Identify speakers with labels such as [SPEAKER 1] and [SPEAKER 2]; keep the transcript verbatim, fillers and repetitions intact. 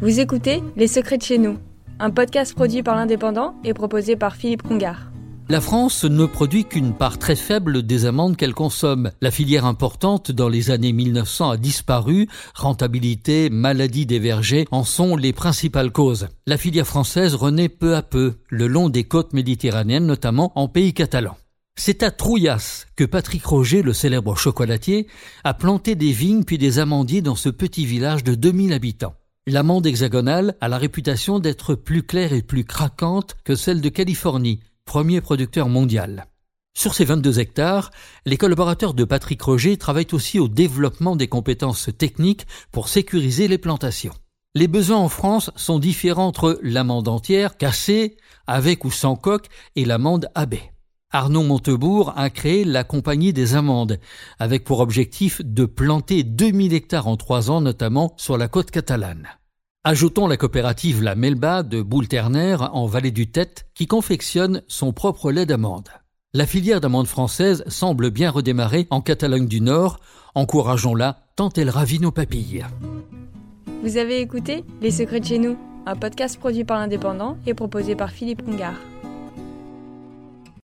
[SPEAKER 1] Vous écoutez Les Secrets de chez nous, un podcast produit par l'Indépendant et proposé par Philippe Congar.
[SPEAKER 2] La France ne produit qu'une part très faible des amandes qu'elle consomme. La filière importante dans les années mille neuf cents a disparu. Rentabilité, maladie des vergers en sont les principales causes. La filière française renaît peu à peu, le long des côtes méditerranéennes, notamment en pays catalan. C'est à Trouillas que Patrick Roger, le célèbre chocolatier, a planté des vignes puis des amandiers dans ce petit village de deux mille habitants. L'amande hexagonale a la réputation d'être plus claire et plus craquante que celle de Californie, premier producteur mondial. Sur ces vingt-deux hectares, les collaborateurs de Patrick Roger travaillent aussi au développement des compétences techniques pour sécuriser les plantations. Les besoins en France sont différents entre l'amande entière, cassée, avec ou sans coque, et l'amande A B. Arnaud Montebourg a créé la Compagnie des amandes, avec pour objectif de planter deux mille hectares en trois ans, notamment sur la côte catalane. Ajoutons la coopérative La Melba de Boule-Ternaire en Vallée du Tête qui confectionne son propre lait d'amande. La filière d'amande française semble bien redémarrer en Catalogne du Nord. Encourageons-la tant elle ravit nos papilles.
[SPEAKER 1] Vous avez écouté Les Secrets de chez nous, un podcast produit par l'Indépendant et proposé par Philippe Congar.